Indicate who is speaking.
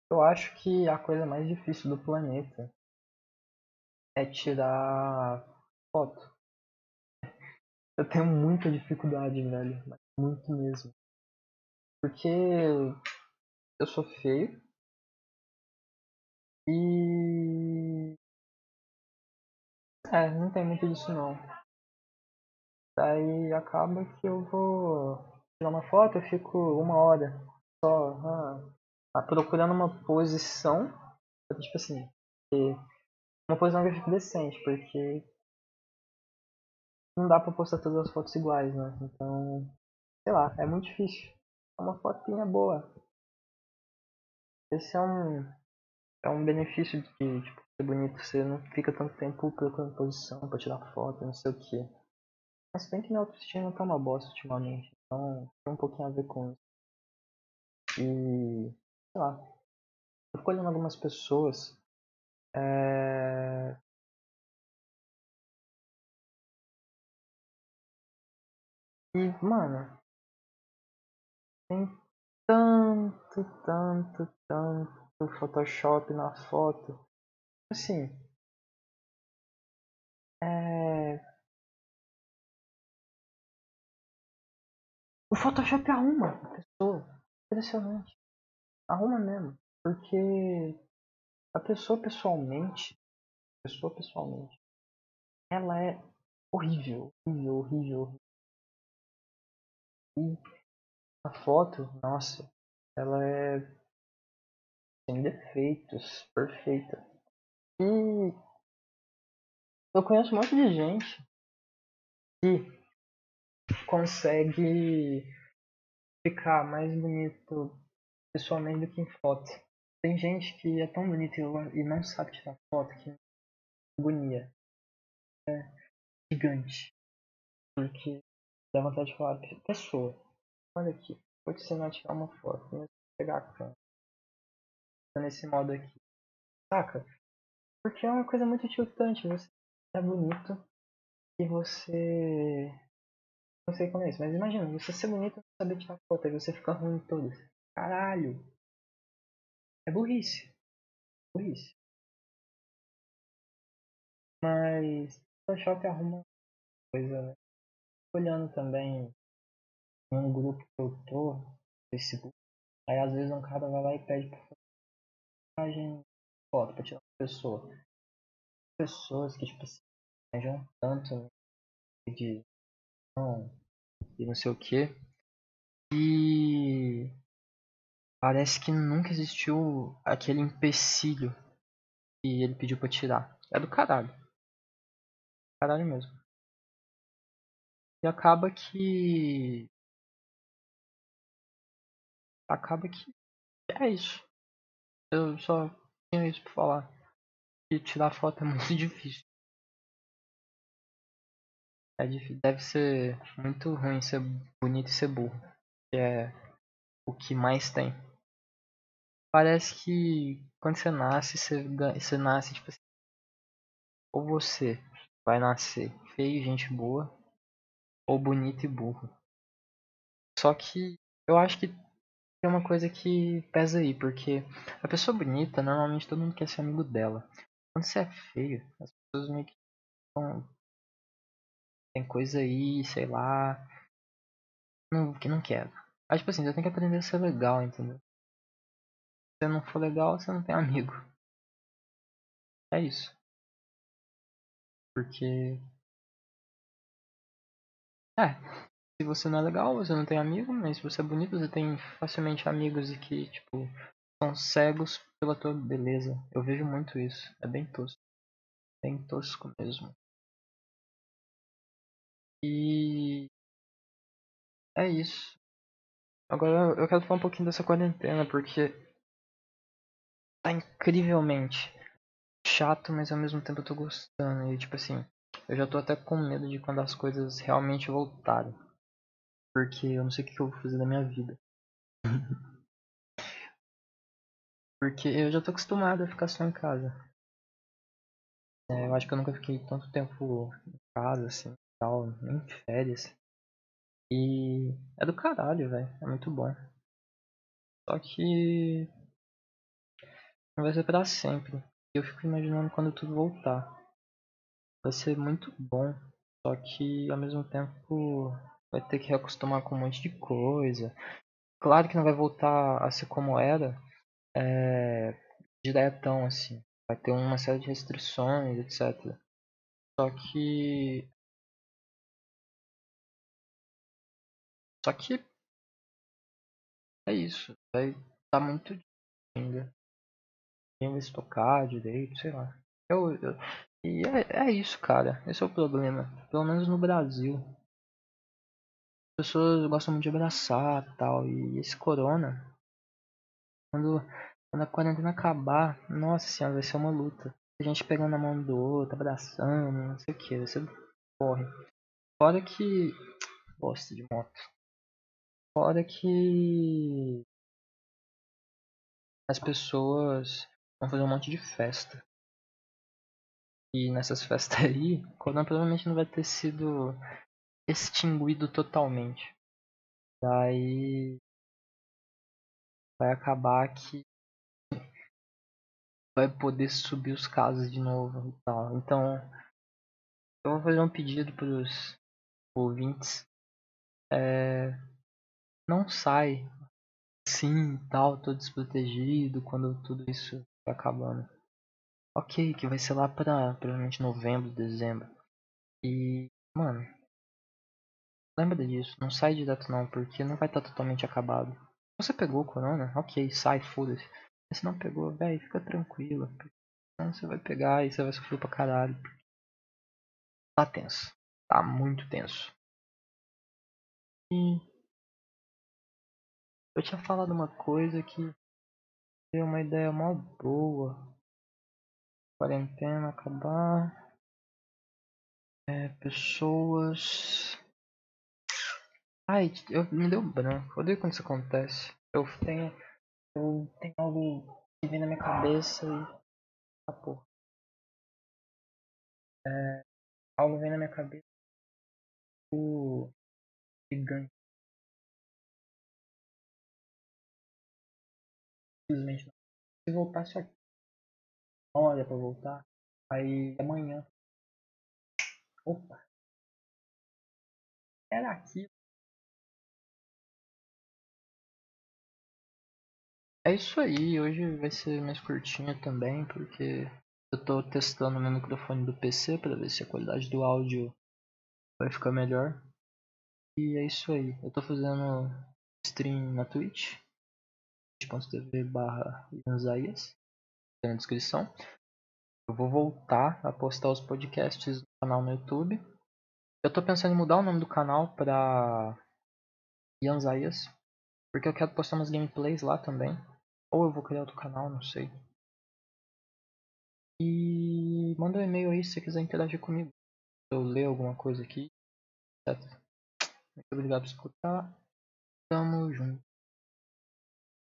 Speaker 1: Eu acho que a coisa mais difícil do planeta é tirar foto. Eu tenho muita dificuldade, velho. Mas muito mesmo. Porque eu sou feio e. Não tem muito disso não. Daí acaba que eu vou tirar uma foto, eu fico uma hora só procurando uma posição, tipo assim, uma posição que fique decente, porque não dá pra postar todas as fotos iguais, né? Então, sei lá, é muito difícil. É uma fotinha boa. Esse é um benefício de tipo, ser bonito, você não fica tanto tempo procurando posição pra tirar foto, não sei o que. Mas se bem que minha autoestima tá uma bosta ultimamente, então tem um pouquinho a ver com isso. E, sei lá, eu fico olhando algumas pessoas, é... e, mano, tem tanto Photoshop na foto. Assim, é... o Photoshop arruma a pessoa. Impressionante. Arruma mesmo. Porque a pessoa pessoalmente, ela é horrível, horrível, horrível. E a foto, nossa, ela é sem defeitos, perfeita. E eu conheço um monte de gente que consegue ficar mais bonito pessoalmente do que em foto. Tem gente que é tão bonita e não sabe tirar foto, que agonia. Gigante. Porque dá vontade de falar, pessoa, olha aqui, vou te ensinar a tirar uma foto, mas pegar a câmera, tá nesse modo aqui, saca? Porque é uma coisa muito tiltante, você é bonito e você. Não sei como é isso, mas imagina, você ser bonito e não saber tirar foto, aí você fica ruim em todas. Caralho, é burrice, burrice. Mas o Photoshop arruma coisa, né? Olhando também em um grupo que eu tô, no Facebook, aí às vezes um cara vai lá e pede pra fazer imagem, foto pra tirar uma pessoa. Pessoas que, tipo assim, viajam tanto de não, e não sei o que. E parece que nunca existiu aquele empecilho que ele pediu pra tirar. É do caralho. Caralho mesmo. E acaba que. Acaba que. É isso. Eu só tenho isso pra falar. E tirar foto é muito difícil. Deve ser muito ruim ser bonito e ser burro. Que é o que mais tem. Parece que quando você nasce, você nasce tipo assim. Ou você vai nascer feio e gente boa, ou bonito e burro. Só que eu acho que tem uma coisa que pesa aí, porque a pessoa bonita, normalmente todo mundo quer ser amigo dela. Quando você é feio, as pessoas meio que tem coisa aí, sei lá, que não quer. Mas tipo assim, você tem que aprender a ser legal, entendeu? Se você não for legal, você não tem amigo. É isso. Porque, é, se você não é legal, você não tem amigo, mas se você é bonito, você tem facilmente amigos e que, tipo, são cegos pela tua beleza. Eu vejo muito isso. É bem tosco. Bem tosco mesmo. E é isso. Agora eu quero falar um pouquinho dessa quarentena, porque tá incrivelmente chato, mas ao mesmo tempo eu tô gostando. E tipo assim, eu já tô até com medo de quando as coisas realmente voltarem. Porque eu não sei o que eu vou fazer da minha vida. Porque eu já tô acostumado a ficar só em casa. Eu acho que eu nunca fiquei tanto tempo em casa, assim, tal, nem em férias. E é do caralho, velho. É muito bom. Só que não vai ser pra sempre. Eu fico imaginando quando tudo voltar. Vai ser muito bom, só que ao mesmo tempo vai ter que reacostumar com um monte de coisa. Claro que não vai voltar a ser como era, diretão assim. Vai ter uma série de restrições, etc. Só que. Só que é isso. Vai estar muito difícil ainda. Ninguém vai estocar direito, sei lá. E é isso, cara. Esse é o problema. Pelo menos no Brasil. As pessoas gostam muito de abraçar e tal. E esse corona, quando, quando a quarentena acabar, nossa senhora, vai ser uma luta. A gente pegando a mão do outro, abraçando, não sei o que. Você corre. Fora que. Bosta de moto. Fora que as pessoas vão fazer um monte de festa. E nessas festas aí, o corona provavelmente não vai ter sido extinguido totalmente. Daí vai acabar que vai poder subir os casos de novo e tal. Então, eu vou fazer um pedido para os ouvintes. Não sai assim e tal, todo desprotegido quando tudo isso vai acabando. Ok, que vai ser lá pra provavelmente novembro, dezembro. E, mano, lembra disso. Não sai direto não, porque não vai estar totalmente acabado. Você pegou o corona? Ok, sai, foda-se. Mas se não pegou, velho, fica tranquilo. Senão você vai pegar e você vai sofrer pra caralho. Tá tenso. Tá muito tenso. E eu tinha falado uma coisa que deu uma ideia mó boa. Quarentena acabar. Pessoas. Ai, me deu branco. Odeio quando isso acontece. Eu tenho algo que vem na minha cabeça e. Ah, porra. Algo vem na minha cabeça o gigante. Simplesmente não. Se voltasse aqui, olha pra voltar. Aí amanhã. Opa, era aqui. É isso aí, hoje vai ser mais curtinha também, porque eu tô testando meu microfone do PC para ver se a qualidade do áudio vai ficar melhor. E é isso aí, eu tô fazendo stream na Twitch, twitch.tv/Ianzaias, tem na descrição. Eu vou voltar a postar os podcasts no canal no YouTube. Eu tô pensando em mudar o nome do canal pra Ianzaias, porque eu quero postar umas gameplays lá também. Ou eu vou criar outro canal, não sei. E manda um e-mail aí se você quiser interagir comigo. Se eu ler alguma coisa aqui, etc. Muito obrigado por escutar. Tamo junto.